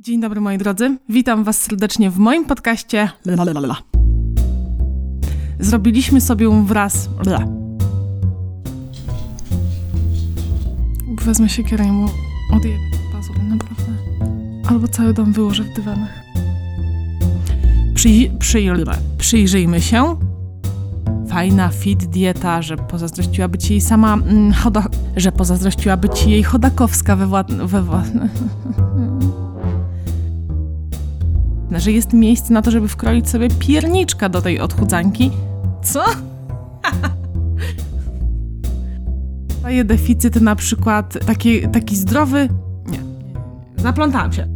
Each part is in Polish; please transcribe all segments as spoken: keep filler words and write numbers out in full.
Dzień dobry moi drodzy, witam was serdecznie w moim podcaście Lalalala. Zrobiliśmy sobie wraz Lala. Wezmę siekierę i mu odjebię pazur, naprawdę. Albo cały dom wyłożę w dywanach. Przyj- przyj- przyjrzyjmy się. Fajna fit dieta, że pozazdrościłaby ci jej sama mm, choda- że pozazdrościłaby ci jej Chodakowska we wład... we wład... że jest miejsce na to, żeby wkroić sobie pierniczka do tej odchudzanki. Co? Daje deficyt na przykład taki, taki zdrowy... Nie, zaplątałam się.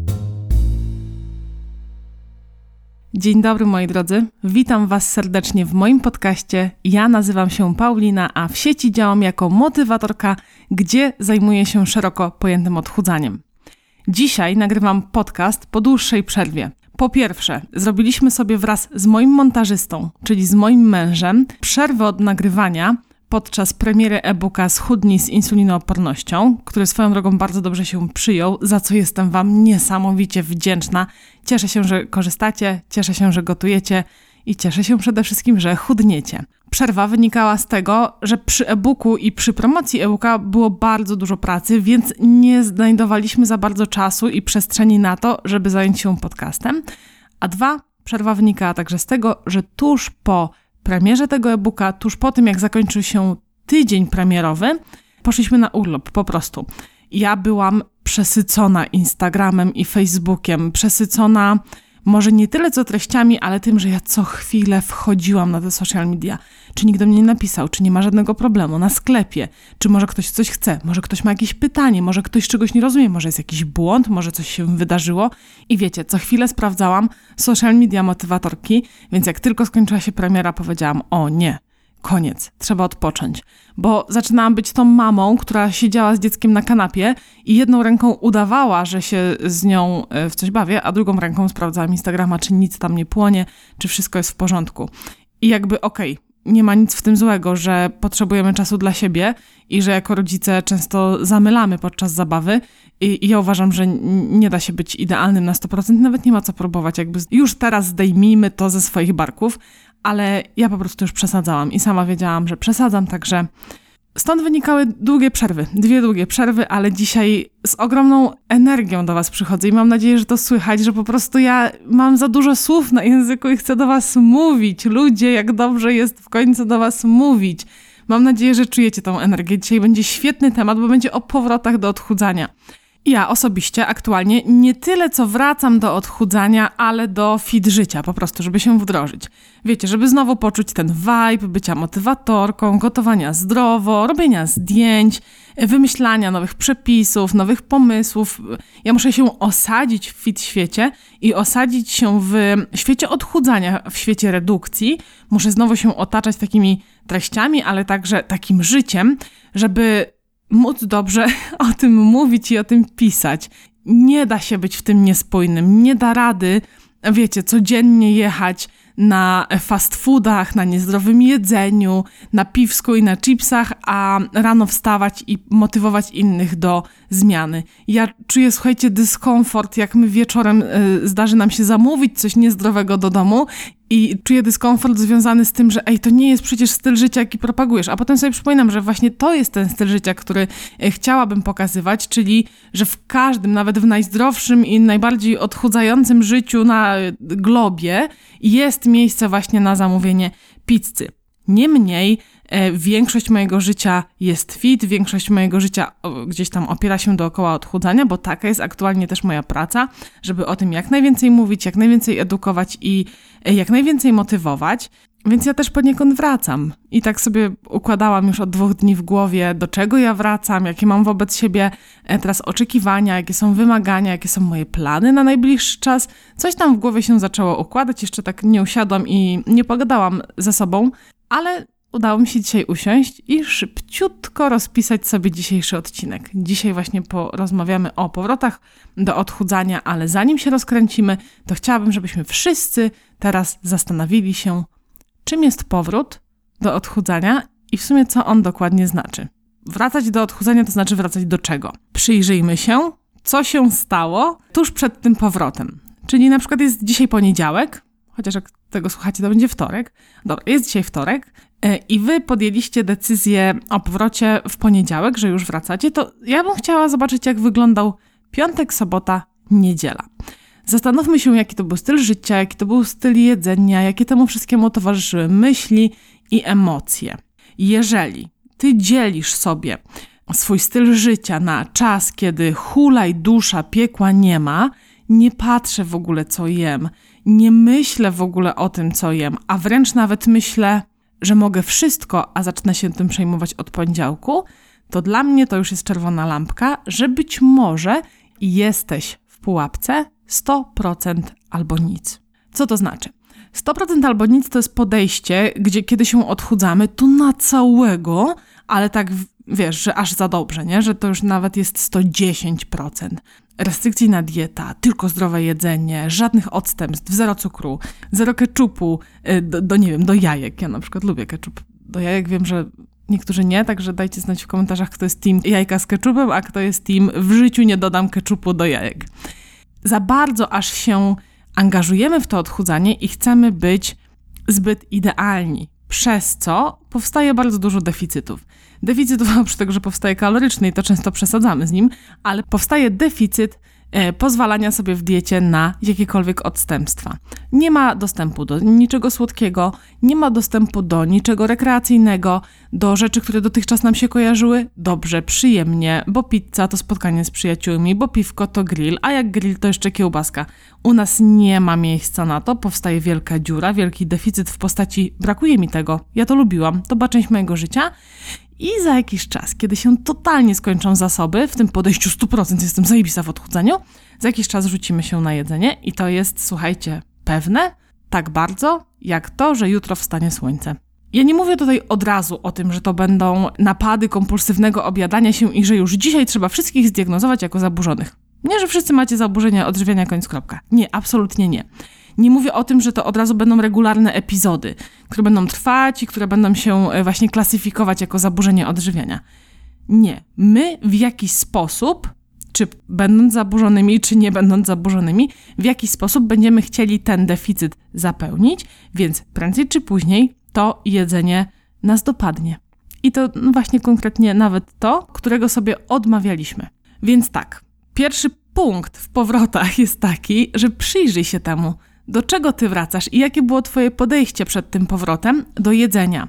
Dzień dobry moi drodzy, witam was serdecznie w moim podcaście. Ja nazywam się Paulina, a w sieci działam jako motywatorka, gdzie zajmuję się szeroko pojętym odchudzaniem. Dzisiaj nagrywam podcast po dłuższej przerwie. Po pierwsze, zrobiliśmy sobie wraz z moim montażystą, czyli z moim mężem, przerwę od nagrywania podczas premiery e-booka Schudnij z insulinoopornością, który swoją drogą bardzo dobrze się przyjął, za co jestem wam niesamowicie wdzięczna. Cieszę się, że korzystacie, cieszę się, że gotujecie i cieszę się przede wszystkim, że chudniecie. Przerwa wynikała z tego, że przy e-booku i przy promocji e-booka było bardzo dużo pracy, więc nie znajdowaliśmy za bardzo czasu i przestrzeni na to, żeby zająć się podcastem. A dwa, przerwa wynikała także z tego, że tuż po premierze tego e-booka, tuż po tym jak zakończył się tydzień premierowy, poszliśmy na urlop po prostu. Ja byłam przesycona Instagramem i Facebookiem, przesycona może nie tyle co treściami, ale tym, że ja co chwilę wchodziłam na te social media. Czy nikt do mnie nie napisał, czy nie ma żadnego problemu na sklepie, czy może ktoś coś chce, może ktoś ma jakieś pytanie, może ktoś czegoś nie rozumie, może jest jakiś błąd, może coś się wydarzyło. I wiecie, co chwilę sprawdzałam social media motywatorki, więc jak tylko skończyła się premiera, powiedziałam: o nie, koniec, trzeba odpocząć. Bo zaczynałam być tą mamą, która siedziała z dzieckiem na kanapie i jedną ręką udawała, że się z nią w coś bawię, a drugą ręką sprawdzałam Instagrama, czy nic tam nie płonie, czy wszystko jest w porządku. I jakby okej, okay, nie ma nic w tym złego, że potrzebujemy czasu dla siebie i że jako rodzice często zamylamy podczas zabawy i, i ja uważam, że nie da się być idealnym na sto procent, nawet nie ma co próbować, jakby już teraz zdejmijmy to ze swoich barków, ale ja po prostu już przesadzałam i sama wiedziałam, że przesadzam, także stąd wynikały długie przerwy, dwie długie przerwy, ale dzisiaj z ogromną energią do was przychodzę i mam nadzieję, że to słychać, że po prostu ja mam za dużo słów na języku i chcę do was mówić. Ludzie, jak dobrze jest w końcu do was mówić. Mam nadzieję, że czujecie tą energię. Dzisiaj będzie świetny temat, bo będzie o powrotach do odchudzania. Ja osobiście aktualnie nie tyle co wracam do odchudzania, ale do fit życia, po prostu, żeby się wdrożyć. Wiecie, żeby znowu poczuć ten vibe bycia motywatorką, gotowania zdrowo, robienia zdjęć, wymyślania nowych przepisów, nowych pomysłów. Ja muszę się osadzić w fit świecie i osadzić się w świecie odchudzania, w świecie redukcji. Muszę znowu się otaczać takimi treściami, ale także takim życiem, żeby móc dobrze o tym mówić i o tym pisać. Nie da się być w tym niespójnym, nie da rady, wiecie, codziennie jechać na fast foodach, na niezdrowym jedzeniu, na piwsku i na chipsach, a rano wstawać i motywować innych do zmiany. Ja czuję, słuchajcie, dyskomfort, jak my wieczorem y, zdarzy nam się zamówić coś niezdrowego do domu i czuję dyskomfort związany z tym, że ej, to nie jest przecież styl życia, jaki propagujesz. A potem sobie przypominam, że właśnie to jest ten styl życia, który y, chciałabym pokazywać, czyli, że w każdym, nawet w najzdrowszym i najbardziej odchudzającym życiu na globie jest miejsce właśnie na zamówienie pizzy. Niemniej e, większość mojego życia jest fit, większość mojego życia o, gdzieś tam opiera się dookoła odchudzania, bo taka jest aktualnie też moja praca, żeby o tym jak najwięcej mówić, jak najwięcej edukować i e, jak najwięcej motywować. Więc ja też poniekąd wracam i tak sobie układałam już od dwóch dni w głowie, do czego ja wracam, jakie mam wobec siebie teraz oczekiwania, jakie są wymagania, jakie są moje plany na najbliższy czas. Coś tam w głowie się zaczęło układać, jeszcze tak nie usiadłam i nie pogadałam ze sobą, ale udało mi się dzisiaj usiąść i szybciutko rozpisać sobie dzisiejszy odcinek. Dzisiaj właśnie porozmawiamy o powrotach do odchudzania, ale zanim się rozkręcimy, to chciałabym, żebyśmy wszyscy teraz zastanowili się, czym jest powrót do odchudzania i w sumie co on dokładnie znaczy. Wracać do odchudzania to znaczy wracać do czego? Przyjrzyjmy się, co się stało tuż przed tym powrotem. Czyli na przykład jest dzisiaj poniedziałek, chociaż jak tego słuchacie, to będzie wtorek. Dobra, jest dzisiaj wtorek i wy podjęliście decyzję o powrocie w poniedziałek, że już wracacie, to ja bym chciała zobaczyć, jak wyglądał piątek, sobota, niedziela. Zastanówmy się, jaki to był styl życia, jaki to był styl jedzenia, jakie temu wszystkiemu towarzyszyły myśli i emocje. Jeżeli ty dzielisz sobie swój styl życia na czas, kiedy hulaj dusza, piekła nie ma, nie patrzę w ogóle, co jem, nie myślę w ogóle o tym, co jem, a wręcz nawet myślę, że mogę wszystko, a zacznę się tym przejmować od poniedziałku, to dla mnie to już jest czerwona lampka, że być może jesteś w pułapce sto procent albo nic. Co to znaczy? sto procent albo nic to jest podejście, gdzie kiedy się odchudzamy, to na całego, ale tak wiesz, że aż za dobrze, nie? Że to już nawet jest sto dziesięć procent. Restrykcyjna dieta, tylko zdrowe jedzenie, żadnych odstępstw, zero cukru, zero keczupu, do, do nie wiem, do jajek. Ja na przykład lubię keczup do jajek, wiem, że niektórzy nie, także dajcie znać w komentarzach, kto jest team jajka z keczupem, a kto jest team w życiu nie dodam keczupu do jajek. Za bardzo aż się angażujemy w to odchudzanie i chcemy być zbyt idealni, przez co powstaje bardzo dużo deficytów. Deficytów oprócz tego, że powstaje kaloryczny i to często przesadzamy z nim, ale powstaje deficyt e, pozwalania sobie w diecie na jakiekolwiek odstępstwa. Nie ma dostępu do niczego słodkiego, nie ma dostępu do niczego rekreacyjnego, do rzeczy, które dotychczas nam się kojarzyły dobrze, przyjemnie, bo pizza to spotkanie z przyjaciółmi, bo piwko to grill, a jak grill to jeszcze kiełbaska. U nas nie ma miejsca na to, powstaje wielka dziura, wielki deficyt w postaci brakuje mi tego, ja to lubiłam, to była część mojego życia. I za jakiś czas, kiedy się totalnie skończą zasoby, w tym podejściu sto procent jestem zajebista w odchudzaniu, za jakiś czas rzucimy się na jedzenie i to jest, słuchajcie, pewne tak bardzo, jak to, że jutro wstanie słońce. Ja nie mówię tutaj od razu o tym, że to będą napady kompulsywnego objadania się i że już dzisiaj trzeba wszystkich zdiagnozować jako zaburzonych. Nie, że wszyscy macie zaburzenia odżywiania, koniec kropka. Nie, absolutnie nie. Nie mówię o tym, że to od razu będą regularne epizody, które będą trwać i które będą się właśnie klasyfikować jako zaburzenie odżywiania. Nie. My w jakiś sposób, czy będąc zaburzonymi, czy nie będąc zaburzonymi, w jakiś sposób będziemy chcieli ten deficyt zapełnić, więc prędzej czy później to jedzenie nas dopadnie. I to no właśnie konkretnie nawet to, którego sobie odmawialiśmy. Więc tak, pierwszy punkt w powrotach jest taki, że przyjrzyj się temu, do czego ty wracasz i jakie było twoje podejście przed tym powrotem do jedzenia.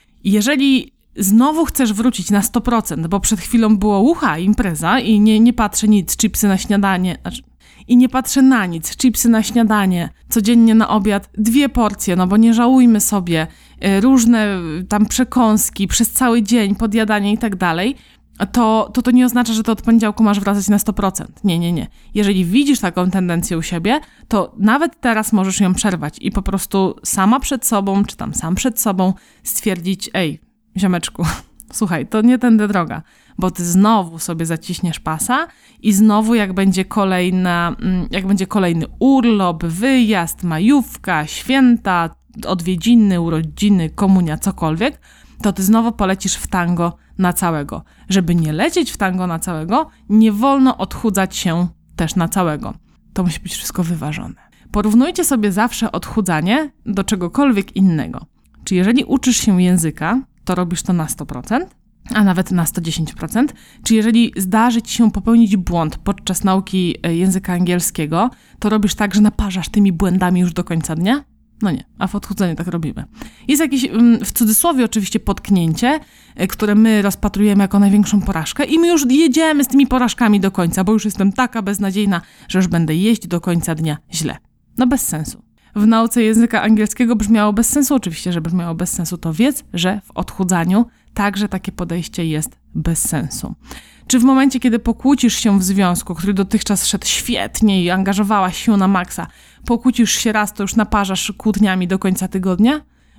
Jeżeli znowu chcesz wrócić na sto procent, bo przed chwilą było ucha, impreza i nie, nie patrzę nic, chipsy na śniadanie, znaczy, i nie patrzę na nic, chipsy na śniadanie, codziennie na obiad, dwie porcje, no bo nie żałujmy sobie, różne tam przekąski przez cały dzień, podjadanie i tak dalej, to, to to nie oznacza, że to od poniedziałku masz wracać na sto procent. Nie, nie, nie. Jeżeli widzisz taką tendencję u siebie, to nawet teraz możesz ją przerwać i po prostu sama przed sobą, czy tam sam przed sobą stwierdzić, ej, ziomeczku, słuchaj, to nie tędy droga, bo ty znowu sobie zaciśniesz pasa i znowu jak będzie kolejna, jak będzie kolejny urlop, wyjazd, majówka, święta, odwiedziny, urodziny, komunia, cokolwiek, to ty znowu polecisz w tango na całego. Żeby nie lecieć w tango na całego, nie wolno odchudzać się też na całego. To musi być wszystko wyważone. Porównujcie sobie zawsze odchudzanie do czegokolwiek innego. Czy jeżeli uczysz się języka, to robisz to na sto procent, a nawet na sto dziesięć procent. Czy jeżeli zdarzy ci się popełnić błąd podczas nauki języka angielskiego, to robisz tak, że naparzasz tymi błędami już do końca dnia? No nie, a w odchudzaniu tak robimy. Jest jakieś, w cudzysłowie oczywiście, potknięcie, które my rozpatrujemy jako największą porażkę i my już jedziemy z tymi porażkami do końca, bo już jestem taka beznadziejna, że już będę jeść do końca dnia źle. No bez sensu. W nauce języka angielskiego brzmiało bez sensu, oczywiście, że brzmiało bez sensu, to wiedz, że w odchudzaniu także takie podejście jest bez sensu. Czy w momencie, kiedy pokłócisz się w związku, który dotychczas szedł świetnie i angażowałaś się na maksa, pokłócisz się raz, to już naparzasz kłótniami do końca tygodnia?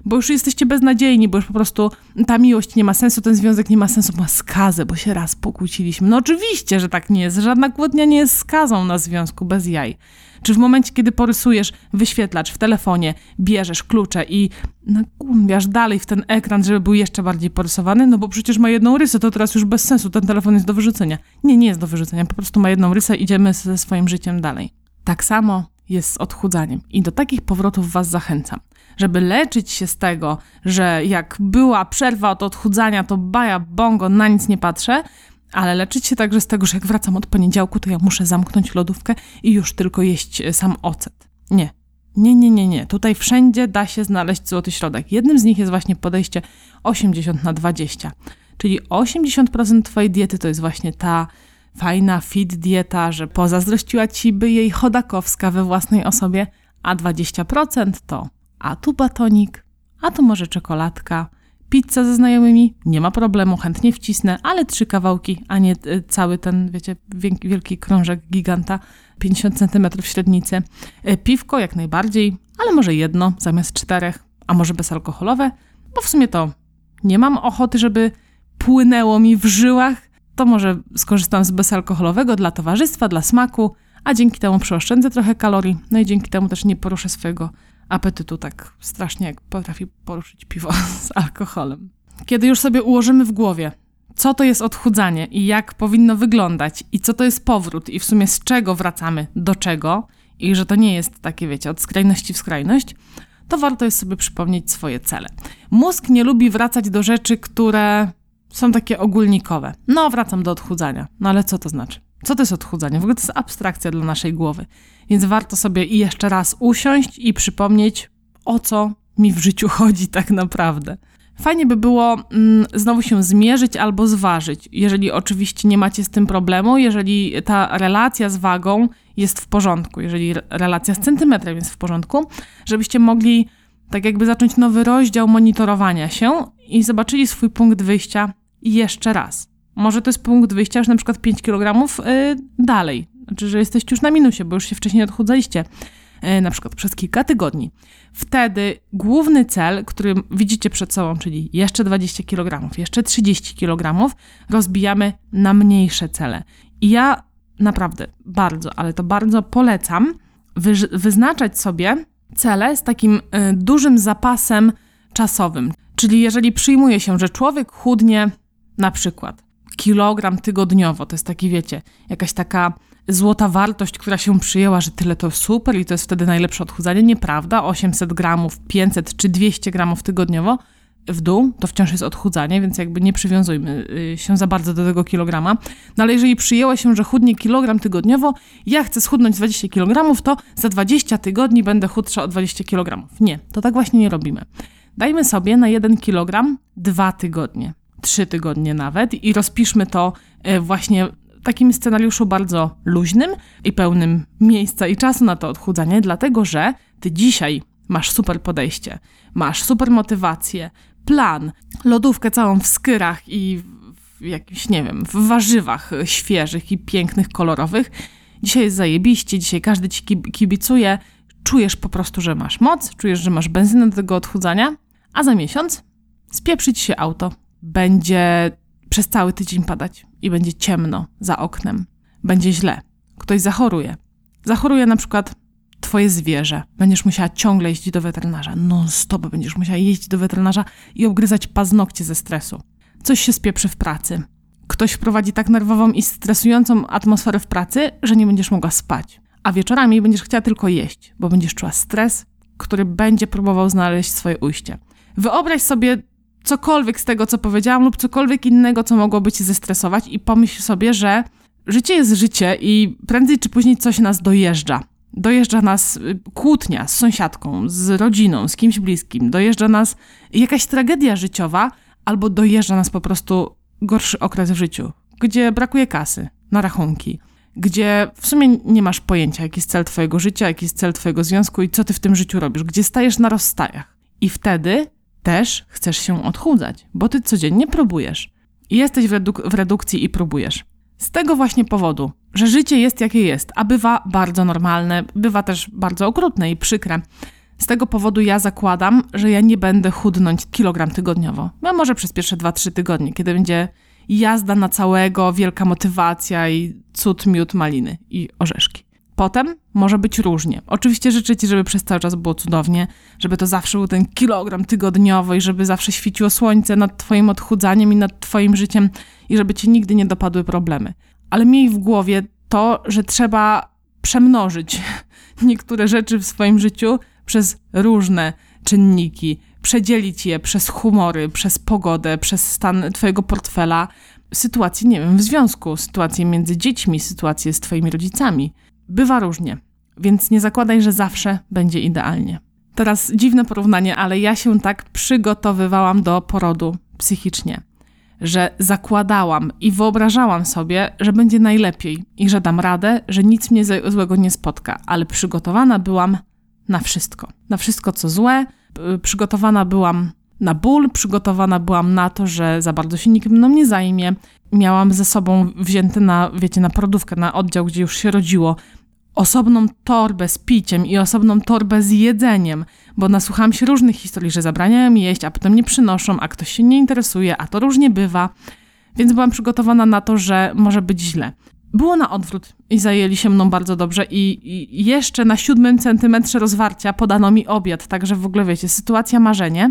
bo już jesteście beznadziejni, bo już po prostu ta miłość nie ma sensu, ten związek nie ma sensu, ma skazę, bo się raz pokłóciliśmy. No oczywiście, że tak nie jest. Żadna kłótnia nie jest skazą na związku, bez jaj. Czy w momencie, kiedy porysujesz wyświetlacz w telefonie, bierzesz klucze i nagłębiasz dalej w ten ekran, żeby był jeszcze bardziej porysowany, no bo przecież ma jedną rysę, to teraz już bez sensu, ten telefon jest do wyrzucenia. Nie, nie jest do wyrzucenia, po prostu ma jedną rysę, idziemy ze swoim życiem dalej. Tak samo jest z odchudzaniem i do takich powrotów was zachęcam. Żeby leczyć się z tego, że jak była przerwa od odchudzania, to baja bongo, na nic nie patrzę, ale leczyć się także z tego, że jak wracam od poniedziałku, to ja muszę zamknąć lodówkę i już tylko jeść sam ocet. Nie. Nie, nie, nie, nie. Tutaj wszędzie da się znaleźć złoty środek. Jednym z nich jest właśnie podejście osiemdziesiąt na dwadzieścia. Czyli osiemdziesiąt procent twojej diety to jest właśnie ta fajna fit dieta, że pozazdrościła ci by jej Chodakowska we własnej osobie, a dwadzieścia procent to a tu batonik, a tu może czekoladka, pizza ze znajomymi, nie ma problemu, chętnie wcisnę, ale trzy kawałki, a nie cały ten, wiecie, wielki krążek giganta, pięćdziesiąt centymetrów średnicy. Piwko jak najbardziej, ale może jedno zamiast czterech, a może bezalkoholowe, bo w sumie to nie mam ochoty, żeby płynęło mi w żyłach, to może skorzystam z bezalkoholowego dla towarzystwa, dla smaku, a dzięki temu przeoszczędzę trochę kalorii, no i dzięki temu też nie poruszę swojego apetytu tak strasznie, jak potrafi poruszyć piwo z alkoholem. Kiedy już sobie ułożymy w głowie, co to jest odchudzanie i jak powinno wyglądać i co to jest powrót i w sumie z czego wracamy do czego i że to nie jest takie, wiecie, od skrajności w skrajność, to warto jest sobie przypomnieć swoje cele. Mózg nie lubi wracać do rzeczy, które są takie ogólnikowe. No, wracam do odchudzania. No ale co to znaczy? Co to jest odchudzanie? W ogóle to jest abstrakcja dla naszej głowy. Więc warto sobie i jeszcze raz usiąść i przypomnieć, o co mi w życiu chodzi tak naprawdę. Fajnie by było mm, znowu się zmierzyć albo zważyć, jeżeli oczywiście nie macie z tym problemu, jeżeli ta relacja z wagą jest w porządku, jeżeli relacja z centymetrem jest w porządku, żebyście mogli tak jakby zacząć nowy rozdział monitorowania się i zobaczyli swój punkt wyjścia jeszcze raz. Może to jest punkt wyjścia już na przykład pięć kilogramów yy, dalej. Znaczy, że jesteście już na minusie, bo już się wcześniej odchudzaliście, yy, na przykład przez kilka tygodni. Wtedy główny cel, który widzicie przed sobą, czyli jeszcze dwadzieścia kilogramów, jeszcze trzydzieści kilogramów, rozbijamy na mniejsze cele. I ja naprawdę bardzo, ale to bardzo polecam wy- wyznaczać sobie cele z takim yy, dużym zapasem czasowym. Czyli jeżeli przyjmuje się, że człowiek chudnie na przykład kilogram tygodniowo, to jest taki, wiecie, jakaś taka złota wartość, która się przyjęła, że tyle to super i to jest wtedy najlepsze odchudzanie. Nieprawda, osiemset gramów, pięćset czy dwieście gramów tygodniowo w dół, to wciąż jest odchudzanie, więc jakby nie przywiązujmy się za bardzo do tego kilograma. No ale jeżeli przyjęło się, że chudnie kilogram tygodniowo, ja chcę schudnąć dwadzieścia kilogramów, to za dwadzieścia tygodni będę chudsza o dwadzieścia kilogramów. Nie, to tak właśnie nie robimy. Dajmy sobie na jeden kilogram dwa tygodnie. Trzy tygodnie nawet i rozpiszmy to właśnie w takim scenariuszu bardzo luźnym i pełnym miejsca i czasu na to odchudzanie, dlatego że ty dzisiaj masz super podejście, masz super motywację, plan, lodówkę całą w skyrach i w jakichś, nie wiem, w warzywach świeżych i pięknych, kolorowych. Dzisiaj jest zajebiście, dzisiaj każdy ci kibicuje, czujesz po prostu, że masz moc, czujesz, że masz benzynę do tego odchudzania, a za miesiąc spieprzy ci się auto. Będzie przez cały tydzień padać i będzie ciemno za oknem. Będzie źle. Ktoś zachoruje. Zachoruje na przykład twoje zwierzę. Będziesz musiała ciągle jeździć do weterynarza. Non stop będziesz musiała jeździć do weterynarza i obgryzać paznokcie ze stresu. Coś się spieprzy w pracy. Ktoś wprowadzi tak nerwową i stresującą atmosferę w pracy, że nie będziesz mogła spać. A wieczorami będziesz chciała tylko jeść, bo będziesz czuła stres, który będzie próbował znaleźć swoje ujście. Wyobraź sobie cokolwiek z tego, co powiedziałam, lub cokolwiek innego, co mogłoby cię zestresować i pomyśl sobie, że życie jest życie i prędzej czy później coś nas dojeżdża. Dojeżdża nas kłótnia z sąsiadką, z rodziną, z kimś bliskim. Dojeżdża nas jakaś tragedia życiowa albo dojeżdża nas po prostu gorszy okres w życiu, gdzie brakuje kasy na rachunki, gdzie w sumie nie masz pojęcia, jaki jest cel twojego życia, jaki jest cel twojego związku i co ty w tym życiu robisz, gdzie stajesz na rozstajach. I wtedy też chcesz się odchudzać, bo ty codziennie próbujesz. I jesteś w, reduk- w redukcji i próbujesz. Z tego właśnie powodu, że życie jest jakie jest, a bywa bardzo normalne, bywa też bardzo okrutne i przykre. Z tego powodu ja zakładam, że ja nie będę chudnąć kilogram tygodniowo. No może przez pierwsze dwa trzy tygodnie, kiedy będzie jazda na całego, wielka motywacja i cud, miód, maliny i orzeszki. Potem może być różnie. Oczywiście życzę Ci, żeby przez cały czas było cudownie, żeby to zawsze był ten kilogram tygodniowo i żeby zawsze świeciło słońce nad Twoim odchudzaniem i nad Twoim życiem i żeby Cię nigdy nie dopadły problemy. Ale miej w głowie to, że trzeba przemnożyć niektóre rzeczy w swoim życiu przez różne czynniki, przedzielić je przez humory, przez pogodę, przez stan Twojego portfela, sytuacje, nie wiem, w związku, sytuacje między dziećmi, sytuacje z Twoimi rodzicami. Bywa różnie, więc nie zakładaj, że zawsze będzie idealnie. Teraz dziwne porównanie, ale ja się tak przygotowywałam do porodu psychicznie, że zakładałam i wyobrażałam sobie, że będzie najlepiej i że dam radę, że nic mnie złego nie spotka, ale przygotowana byłam na wszystko. Na wszystko, co złe, przygotowana byłam na ból, przygotowana byłam na to, że za bardzo się nikt mną nie zajmie. Miałam ze sobą wzięty na, wiecie, na porodówkę, na oddział, gdzie już się rodziło, osobną torbę z piciem i osobną torbę z jedzeniem, bo nasłuchałam się różnych historii, że zabraniają jeść, a potem nie przynoszą, a ktoś się nie interesuje, a to różnie bywa. Więc byłam przygotowana na to, że może być źle. Było na odwrót i zajęli się mną bardzo dobrze i, i jeszcze na siódmym centymetrze rozwarcia podano mi obiad, także w ogóle wiecie, sytuacja marzenie,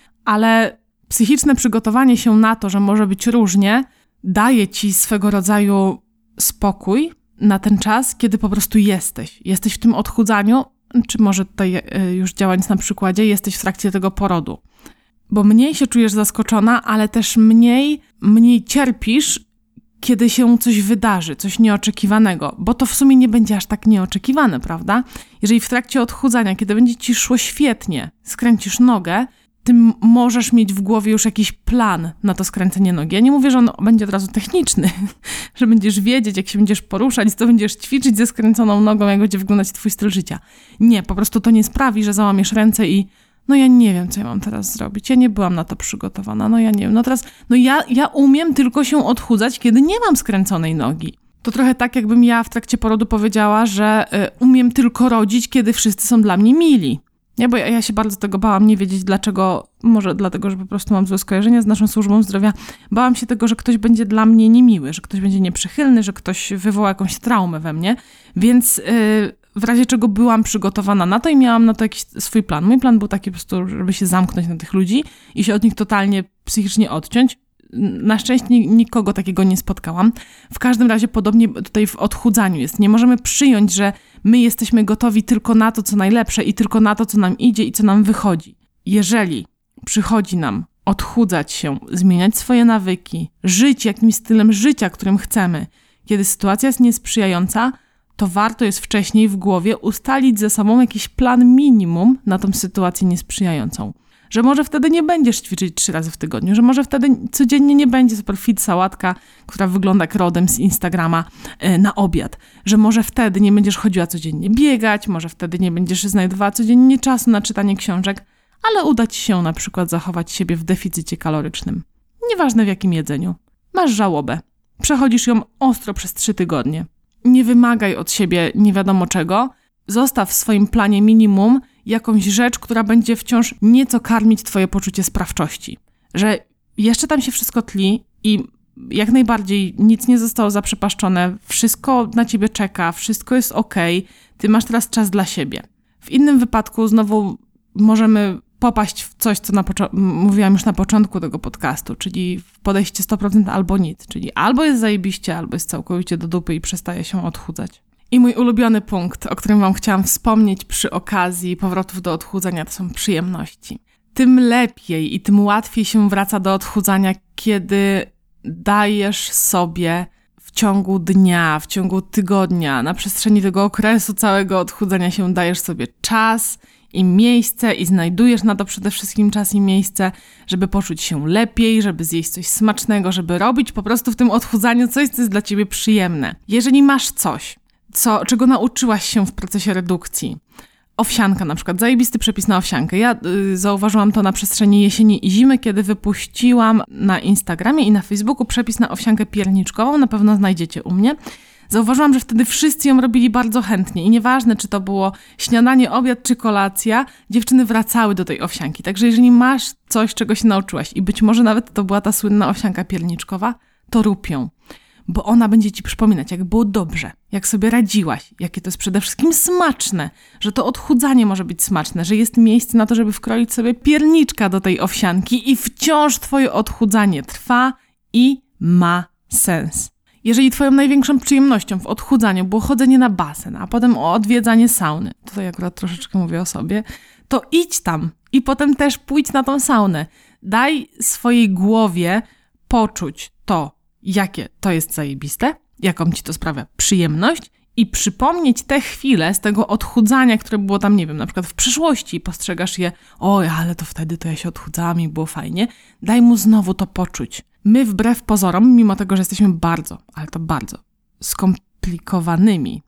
ale psychiczne przygotowanie się na to, że może być różnie, daje ci swego rodzaju spokój na ten czas, kiedy po prostu jesteś. Jesteś w tym odchudzaniu, czy może tutaj już działając na przykładzie, jesteś w trakcie tego porodu. Bo mniej się czujesz zaskoczona, ale też mniej, mniej cierpisz, kiedy się coś wydarzy, coś nieoczekiwanego, bo to w sumie nie będzie aż tak nieoczekiwane, prawda? Jeżeli w trakcie odchudzania, kiedy będzie ci szło świetnie, skręcisz nogę, ty możesz mieć w głowie już jakiś plan na to skręcenie nogi. Ja nie mówię, że on będzie od razu techniczny, że będziesz wiedzieć, jak się będziesz poruszać, co będziesz ćwiczyć ze skręconą nogą, jak będzie wyglądać twój styl życia. Nie, po prostu to nie sprawi, że załamiesz ręce i no ja nie wiem, co ja mam teraz zrobić. Ja nie byłam na to przygotowana. No ja nie wiem. No teraz, no ja, ja umiem tylko się odchudzać, kiedy nie mam skręconej nogi. To trochę tak, jakbym ja w trakcie porodu powiedziała, że y, umiem tylko rodzić, kiedy wszyscy są dla mnie mili. Nie, bo ja, ja się bardzo tego bałam, nie wiedzieć dlaczego, może dlatego, że po prostu mam złe skojarzenia z naszą służbą zdrowia. Bałam się tego, że ktoś będzie dla mnie niemiły, że ktoś będzie nieprzychylny, że ktoś wywoła jakąś traumę we mnie, więc yy, w razie czego byłam przygotowana na to i miałam na to jakiś swój plan. Mój plan był taki po prostu, żeby się zamknąć na tych ludzi i się od nich totalnie psychicznie odciąć. Na szczęście nikogo takiego nie spotkałam. W każdym razie podobnie tutaj w odchudzaniu jest. Nie możemy przyjąć, że my jesteśmy gotowi tylko na to, co najlepsze i tylko na to, co nam idzie i co nam wychodzi. Jeżeli przychodzi nam odchudzać się, zmieniać swoje nawyki, żyć jakimś stylem życia, którym chcemy, kiedy sytuacja jest niesprzyjająca, to warto jest wcześniej w głowie ustalić ze sobą jakiś plan minimum na tą sytuację niesprzyjającą. Że może wtedy nie będziesz ćwiczyć trzy razy w tygodniu, że może wtedy codziennie nie będzie super fit sałatka, która wygląda jak rodem z Instagrama yy, na obiad, że może wtedy nie będziesz chodziła codziennie biegać, może wtedy nie będziesz znajdowała codziennie czasu na czytanie książek, ale uda ci się na przykład zachować siebie w deficycie kalorycznym. Nieważne w jakim jedzeniu. Masz żałobę. Przechodzisz ją ostro przez trzy tygodnie. Nie wymagaj od siebie nie wiadomo czego. Zostaw w swoim planie minimum jakąś rzecz, która będzie wciąż nieco karmić twoje poczucie sprawczości. Że jeszcze tam się wszystko tli i jak najbardziej nic nie zostało zaprzepaszczone, wszystko na ciebie czeka, wszystko jest okej, ty masz teraz czas dla siebie. W innym wypadku znowu możemy popaść w coś, co na pocz- mówiłam już na początku tego podcastu, czyli w podejście sto procent albo nic, czyli albo jest zajebiście, albo jest całkowicie do dupy i przestaje się odchudzać. I mój ulubiony punkt, o którym wam chciałam wspomnieć przy okazji powrotów do odchudzania, to są przyjemności. Tym lepiej i tym łatwiej się wraca do odchudzania, kiedy dajesz sobie w ciągu dnia, w ciągu tygodnia, na przestrzeni tego okresu całego odchudzania się dajesz sobie czas i miejsce i znajdujesz na to przede wszystkim czas i miejsce, żeby poczuć się lepiej, żeby zjeść coś smacznego, żeby robić po prostu w tym odchudzaniu coś, co jest dla ciebie przyjemne. Jeżeli masz coś, co, czego nauczyłaś się w procesie redukcji, owsianka na przykład, zajebisty przepis na owsiankę. Ja y, zauważyłam to na przestrzeni jesieni i zimy, kiedy wypuściłam na Instagramie i na Facebooku przepis na owsiankę pierniczkową, na pewno znajdziecie u mnie. Zauważyłam, że wtedy wszyscy ją robili bardzo chętnie i nieważne, czy to było śniadanie, obiad czy kolacja, dziewczyny wracały do tej owsianki. Także jeżeli masz coś, czego się nauczyłaś i być może nawet to była ta słynna owsianka pierniczkowa, to rób ją. Bo ona będzie ci przypominać, jak było dobrze, jak sobie radziłaś, jakie to jest przede wszystkim smaczne, że to odchudzanie może być smaczne, że jest miejsce na to, żeby wkroić sobie pierniczka do tej owsianki i wciąż twoje odchudzanie trwa i ma sens. Jeżeli twoją największą przyjemnością w odchudzaniu było chodzenie na basen, a potem odwiedzanie sauny, tutaj akurat troszeczkę mówię o sobie, to idź tam i potem też pójdź na tą saunę. Daj swojej głowie poczuć to, jakie to jest zajebiste, jaką ci to sprawia przyjemność i przypomnieć te chwile z tego odchudzania, które było tam, nie wiem, na przykład w przyszłości i postrzegasz je, oj, ale to wtedy to ja się odchudzałam i było fajnie. Daj mu znowu to poczuć. My wbrew pozorom, mimo tego, że jesteśmy bardzo, ale to bardzo skomplikowanymi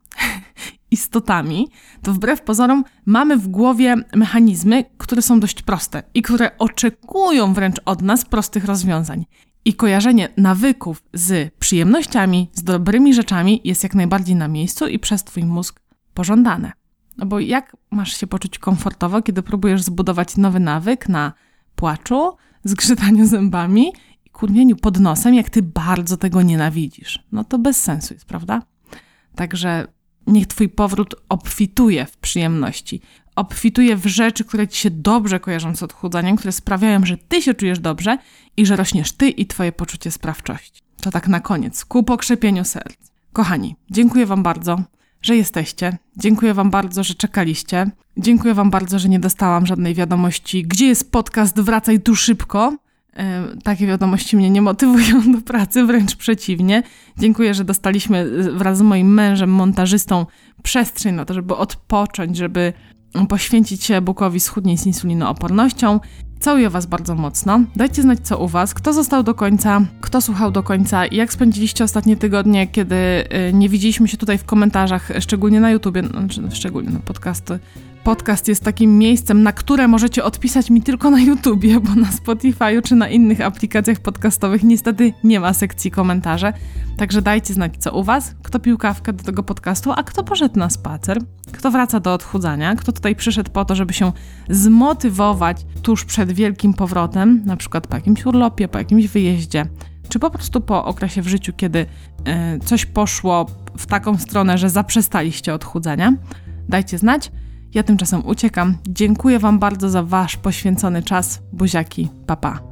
istotami, to wbrew pozorom mamy w głowie mechanizmy, które są dość proste i które oczekują wręcz od nas prostych rozwiązań. I kojarzenie nawyków z przyjemnościami, z dobrymi rzeczami jest jak najbardziej na miejscu i przez twój mózg pożądane. No bo jak masz się poczuć komfortowo, kiedy próbujesz zbudować nowy nawyk na płaczu, zgrzytaniu zębami i kurmieniu pod nosem, jak ty bardzo tego nienawidzisz? No to bez sensu jest, prawda? Także niech twój powrót obfituje w przyjemności. Obfituje w rzeczy, które ci się dobrze kojarzą z odchudzaniem, które sprawiają, że ty się czujesz dobrze i że rośniesz ty i twoje poczucie sprawczości. To tak na koniec, ku pokrzepieniu serc. Kochani, dziękuję wam bardzo, że jesteście. Dziękuję wam bardzo, że czekaliście. Dziękuję wam bardzo, że nie dostałam żadnej wiadomości, gdzie jest podcast, wracaj tu szybko. Yy, takie wiadomości mnie nie motywują do pracy, wręcz przeciwnie. Dziękuję, że dostaliśmy wraz z moim mężem, montażystą, przestrzeń na to, żeby odpocząć, żeby poświęcić się e-bookowi Schudnij z insulinoopornością. Całuję was bardzo mocno. Dajcie znać, co u was, kto został do końca, kto słuchał do końca i jak spędziliście ostatnie tygodnie, kiedy y, nie widzieliśmy się tutaj w komentarzach, szczególnie na YouTubie, znaczy szczególnie na podcasty. Podcast jest takim miejscem, na które możecie odpisać mi tylko na YouTubie, bo na Spotify'u czy na innych aplikacjach podcastowych niestety nie ma sekcji komentarze. Także dajcie znać, co u was, kto pił kawkę do tego podcastu, a kto poszedł na spacer, kto wraca do odchudzania, kto tutaj przyszedł po to, żeby się zmotywować tuż przed wielkim powrotem, na przykład po jakimś urlopie, po jakimś wyjeździe, czy po prostu po okresie w życiu, kiedy yy, coś poszło w taką stronę, że zaprzestaliście odchudzania. Dajcie znać. Ja tymczasem uciekam. Dziękuję wam bardzo za wasz poświęcony czas. Buziaki, pa pa.